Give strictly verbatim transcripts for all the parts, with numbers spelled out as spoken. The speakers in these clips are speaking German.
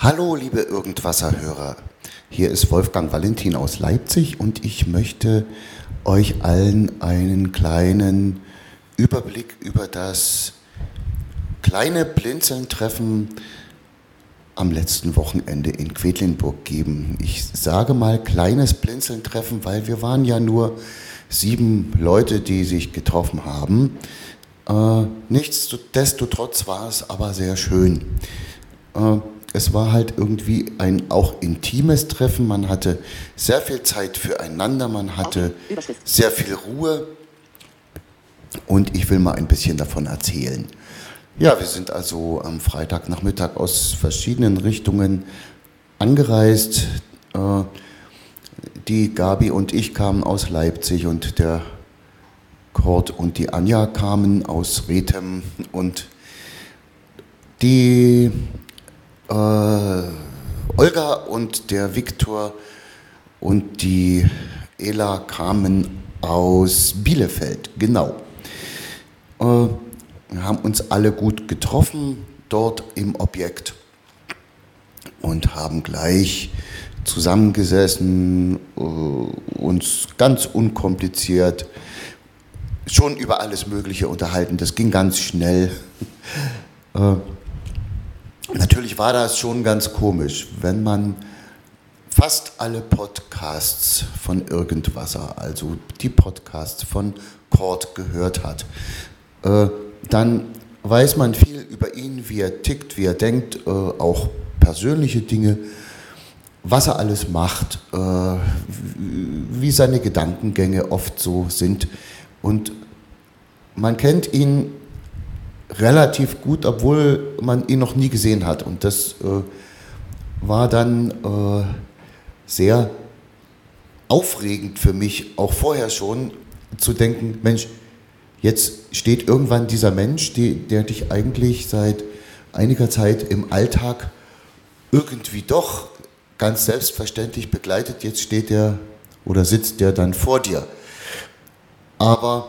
Hallo liebe Irgendwasser-Hörer, hier ist Wolfgang Valentin aus Leipzig und ich möchte euch allen einen kleinen Überblick über das kleine Blinzeln-Treffen am letzten Wochenende in Quedlinburg geben. Ich sage mal kleines Blinzeln-Treffen, weil wir waren ja nur sieben Leute, die sich getroffen haben. Äh, nichtsdestotrotz war es aber sehr schön. Äh, Es war halt irgendwie ein auch intimes Treffen. Man hatte sehr viel Zeit füreinander, man hatte sehr viel Ruhe und ich will mal ein bisschen davon erzählen. Ja, wir sind also am Freitagnachmittag aus verschiedenen Richtungen angereist. Die Gabi und ich kamen aus Leipzig und der Kurt und die Anja kamen aus Rethem und die Äh, Olga und der Viktor und die Ela kamen aus Bielefeld, genau. Äh, wir haben uns alle gut getroffen dort im Objekt und haben gleich zusammengesessen, äh, uns ganz unkompliziert schon über alles Mögliche unterhalten. Das ging ganz schnell. äh, Natürlich war das schon ganz komisch, wenn man fast alle Podcasts von Irgendwasser, also die Podcasts von Kurt gehört hat. Äh, dann weiß man viel über ihn, wie er tickt, wie er denkt, äh, auch persönliche Dinge, was er alles macht, äh, wie seine Gedankengänge oft so sind. Und man kennt ihn relativ gut, obwohl man ihn noch nie gesehen hat. Und das äh, war dann äh, sehr aufregend für mich, auch vorher schon, zu denken, Mensch, jetzt steht irgendwann dieser Mensch, die, der dich eigentlich seit einiger Zeit im Alltag irgendwie doch ganz selbstverständlich begleitet, jetzt steht er oder sitzt der dann vor dir. Aber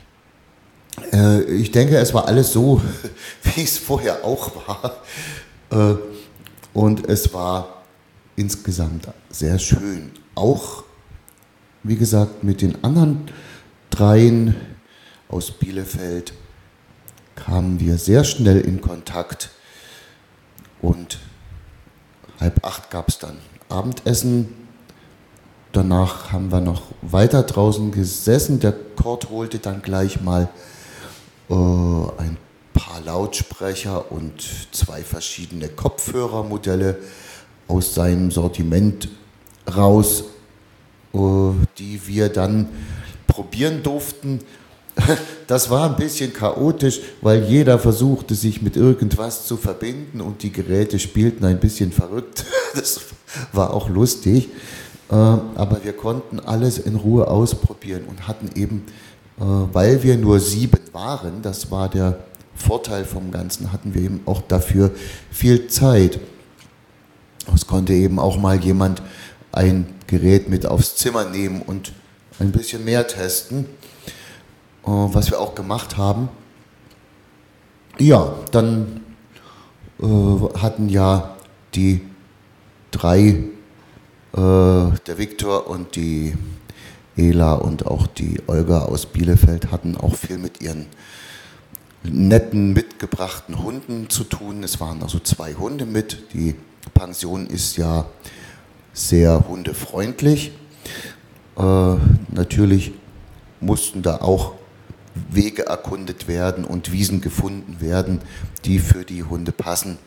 ich denke, es war alles so, wie es vorher auch war. Und es war insgesamt sehr schön. Auch, wie gesagt, mit den anderen dreien aus Bielefeld kamen wir sehr schnell in Kontakt. Und halb acht gab es dann Abendessen. Danach haben wir noch weiter draußen gesessen. Der Kurt holte dann gleich mal ein paar Lautsprecher und zwei verschiedene Kopfhörermodelle aus seinem Sortiment raus, die wir dann probieren durften. Das war ein bisschen chaotisch, weil jeder versuchte, sich mit irgendwas zu verbinden und die Geräte spielten ein bisschen verrückt. Das war auch lustig, aber wir konnten alles in Ruhe ausprobieren und hatten eben, weil wir nur sieben waren, das war der Vorteil vom Ganzen, hatten wir eben auch dafür viel Zeit. Es konnte eben auch mal jemand ein Gerät mit aufs Zimmer nehmen und ein bisschen mehr testen, was wir auch gemacht haben. Ja, dann äh, hatten ja die drei, äh, der Viktor und die Ela und auch die Olga aus Bielefeld hatten auch viel mit ihren netten, mitgebrachten Hunden zu tun. Es waren also zwei Hunde mit. Die Pension ist ja sehr hundefreundlich. Äh, natürlich mussten da auch Wege erkundet werden und Wiesen gefunden werden, die für die Hunde passen.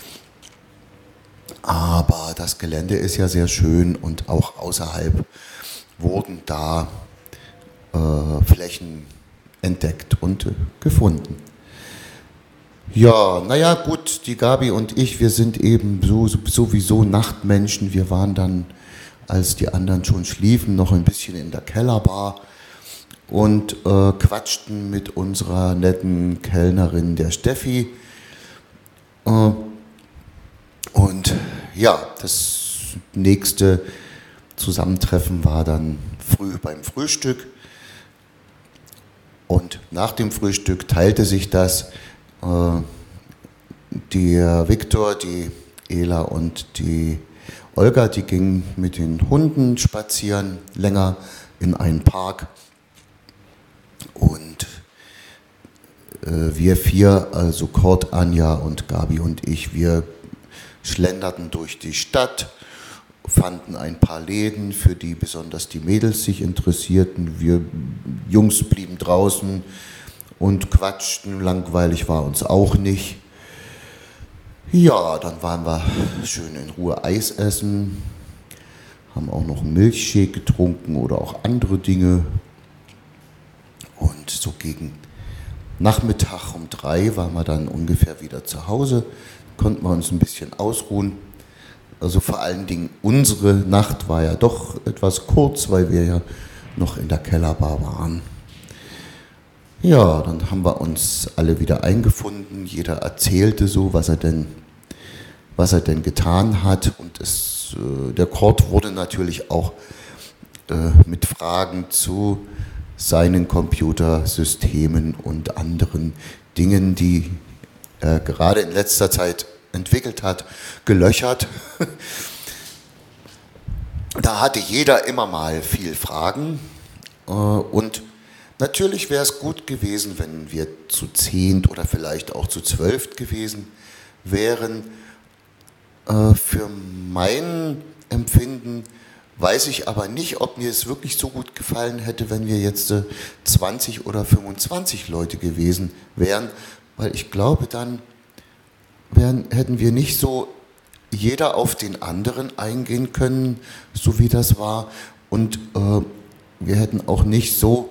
Aber das Gelände ist ja sehr schön und auch außerhalb wurden da äh, Flächen entdeckt und äh, gefunden. Ja, naja gut, die Gabi und ich, wir sind eben so, sowieso Nachtmenschen. Wir waren dann, als die anderen schon schliefen, noch ein bisschen in der Kellerbar und äh, quatschten mit unserer netten Kellnerin, der Steffi. Äh, und ja, das nächste Zusammentreffen war dann früh beim Frühstück und nach dem Frühstück teilte sich das. Äh, der Viktor, die Ela und die Olga, die gingen mit den Hunden spazieren, länger in einen Park. Und äh, wir vier, also Kurt, Anja und Gabi und ich, wir schlenderten durch die Stadt, fanden ein paar Läden, für die besonders die Mädels sich interessierten. Wir Jungs blieben draußen und quatschten, langweilig war uns auch nicht. Ja, dann waren wir schön in Ruhe Eis essen, haben auch noch einen Milchshake getrunken oder auch andere Dinge. Und so gegen Nachmittag um drei waren wir dann ungefähr wieder zu Hause, konnten wir uns ein bisschen ausruhen. Also vor allen Dingen unsere Nacht war ja doch etwas kurz, weil wir ja noch in der Kellerbar waren. Ja, dann haben wir uns alle wieder eingefunden. Jeder erzählte so, was er denn, was er denn getan hat. Und es, äh, der Kurt wurde natürlich auch äh, mit Fragen zu seinen Computersystemen und anderen Dingen, die er gerade in letzter Zeit entwickelt hat, gelöchert. Da hatte jeder immer mal viel Fragen und natürlich wäre es gut gewesen, wenn wir zu zehnt oder vielleicht auch zu zwölft gewesen wären. Für mein Empfinden weiß ich aber nicht, ob mir es wirklich so gut gefallen hätte, wenn wir jetzt zwanzig oder fünfundzwanzig Leute gewesen wären, weil ich glaube, dann wären, hätten wir nicht so jeder auf den anderen eingehen können, so wie das war. Und äh, wir hätten auch nicht so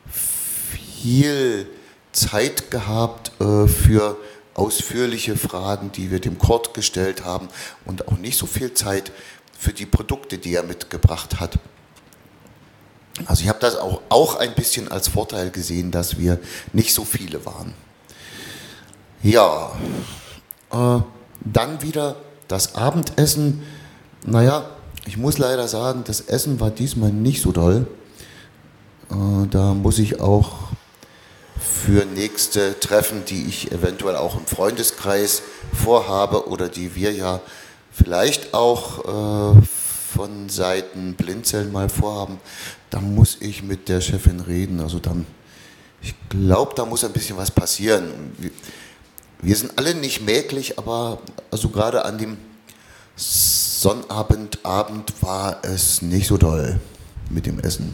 viel Zeit gehabt äh, für ausführliche Fragen, die wir dem Kurt gestellt haben und auch nicht so viel Zeit für die Produkte, die er mitgebracht hat. Also ich habe das auch, auch ein bisschen als Vorteil gesehen, dass wir nicht so viele waren. Ja, äh, dann wieder das Abendessen. Naja, ich muss leider sagen, das Essen war diesmal nicht so doll. Äh, da muss ich auch für nächste Treffen, die ich eventuell auch im Freundeskreis vorhabe oder die wir ja vielleicht auch äh, von Seiten Blinzeln mal vorhaben, da muss ich mit der Chefin reden. Also dann, ich glaube, da muss ein bisschen was passieren. Wir, wir sind alle nicht mäglich, aber also gerade an dem Sonnabend, Abend war es nicht so doll mit dem Essen.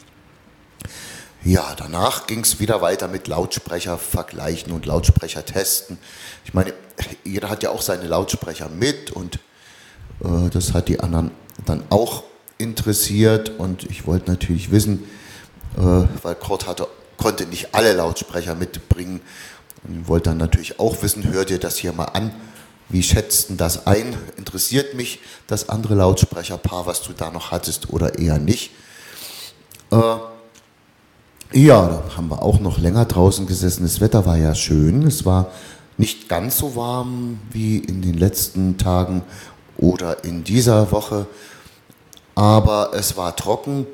Ja, danach ging es wieder weiter mit Lautsprecher vergleichen und Lautsprecher testen. Ich meine, jeder hat ja auch seine Lautsprecher mit und äh, das hat die anderen dann auch interessiert und ich wollte natürlich wissen, äh, weil Kurt hatte, konnte nicht alle Lautsprecher mitbringen und ich wollte dann natürlich auch wissen, hör dir das hier mal an, wie schätzt denn das ein? Interessiert mich das andere Lautsprecherpaar, was du da noch hattest oder eher nicht? Äh, Ja, da haben wir auch noch länger draußen gesessen. Das Wetter war ja schön. Es war nicht ganz so warm wie in den letzten Tagen oder in dieser Woche, aber es war trocken.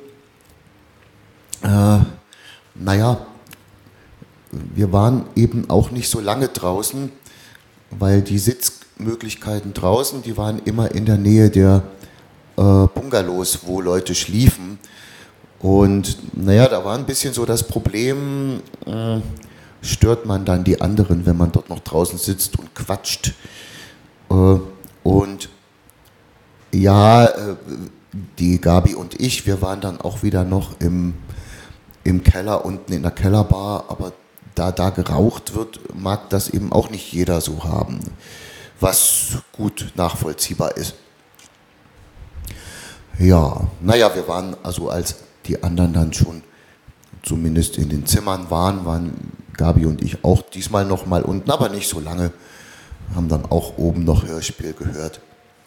Äh, naja, wir waren eben auch nicht so lange draußen, weil die Sitzmöglichkeiten draußen, die waren immer in der Nähe der äh, Bungalows, wo Leute schliefen. Und naja, da war ein bisschen so das Problem, äh, stört man dann die anderen, wenn man dort noch draußen sitzt und quatscht. Äh, und ja, äh, die Gabi und ich, wir waren dann auch wieder noch im, im Keller, unten in der Kellerbar, aber da da geraucht wird, mag das eben auch nicht jeder so haben, was gut nachvollziehbar ist. Ja, naja, wir waren also als die anderen dann schon zumindest in den Zimmern waren, waren Gabi und ich auch diesmal noch mal unten, aber nicht so lange, haben dann auch oben noch Hörspiel gehört.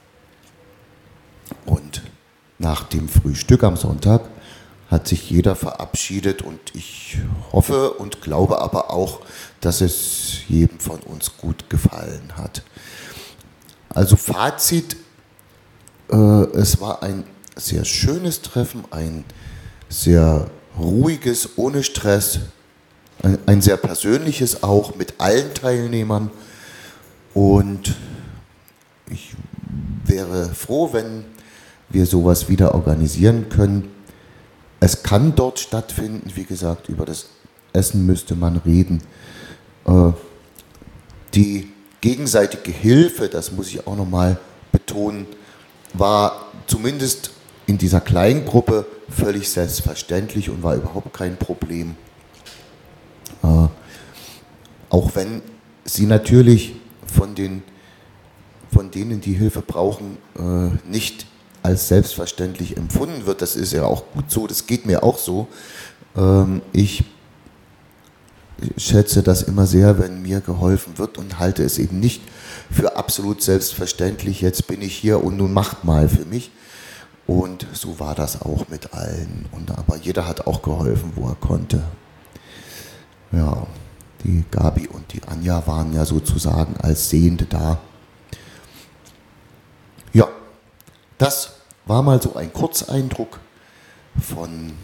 Und nach dem Frühstück am Sonntag hat sich jeder verabschiedet und ich hoffe und glaube aber auch, dass es jedem von uns gut gefallen hat. Also Fazit, äh, es war ein sehr schönes Treffen, ein sehr ruhiges, ohne Stress, ein, ein sehr persönliches auch mit allen Teilnehmern und ich wäre froh, wenn wir sowas wieder organisieren können. Es kann dort stattfinden, wie gesagt, über das Essen müsste man reden. Äh, die gegenseitige Hilfe, das muss ich auch nochmal betonen, war zumindest in dieser kleinen Gruppe völlig selbstverständlich und war überhaupt kein Problem. Äh, auch wenn sie natürlich von, den, von denen, die Hilfe brauchen, äh, nicht als selbstverständlich empfunden wird. Das ist ja auch gut so, das geht mir auch so. Ähm, ich schätze das immer sehr, wenn mir geholfen wird und halte es eben nicht für absolut selbstverständlich, jetzt bin ich hier und nun macht mal für mich. Und so war das auch mit allen. Und, aber jeder hat auch geholfen, wo er konnte. Ja, die Gabi und die Anja waren ja sozusagen als Sehende da. Ja, das war mal so ein Kurzeindruck von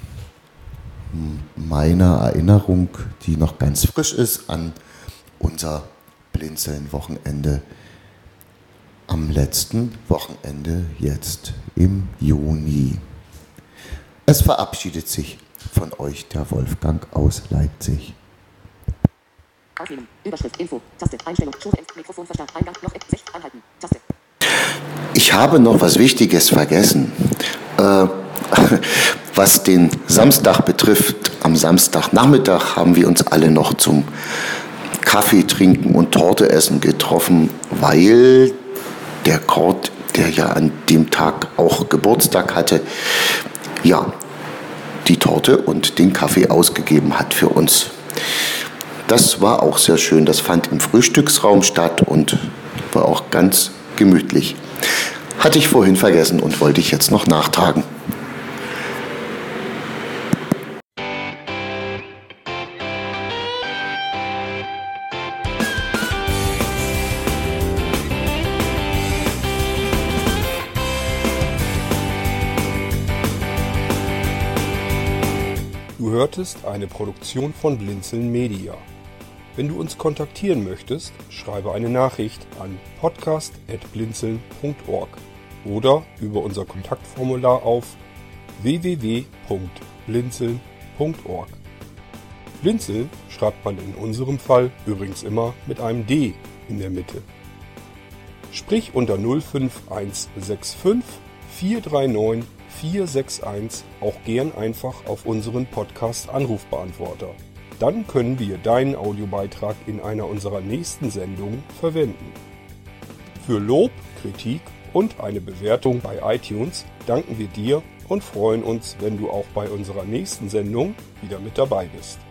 meiner Erinnerung, die noch ganz frisch ist, an unser Blinzeln-Wochenende am letzten Wochenende jetzt im Juni. Es verabschiedet sich von euch der Wolfgang aus Leipzig. Aufnehmen, Überschrift, Info, Taste, Einstellung, Stufe, Mikrofon verstärkt, Eingang, noch sechs, anhalten, Taste. Ich habe noch was Wichtiges vergessen. Äh, was den Samstag betrifft, am Samstagnachmittag haben wir uns alle noch zum Kaffee trinken und Torte essen getroffen, weil der Kurt, der ja an dem Tag auch Geburtstag hatte, ja, die Torte und den Kaffee ausgegeben hat für uns. Das war auch sehr schön. Das fand im Frühstücksraum statt und war auch ganz gemütlich. Hatte ich vorhin vergessen und wollte ich jetzt noch nachtragen. Du hörtest eine Produktion von Blinzeln Media. Wenn du uns kontaktieren möchtest, schreibe eine Nachricht an podcast at blinzeln punkt org oder über unser Kontaktformular auf w w w punkt blinzeln punkt org. Blinzeln schreibt man in unserem Fall übrigens immer mit einem D in der Mitte. Sprich unter null fünf eins sechs fünf vier drei neun vier sechs eins auch gern einfach auf unseren Podcast-Anrufbeantworter. Dann können wir deinen Audiobeitrag in einer unserer nächsten Sendungen verwenden. Für Lob, Kritik und eine Bewertung bei iTunes danken wir dir und freuen uns, wenn du auch bei unserer nächsten Sendung wieder mit dabei bist.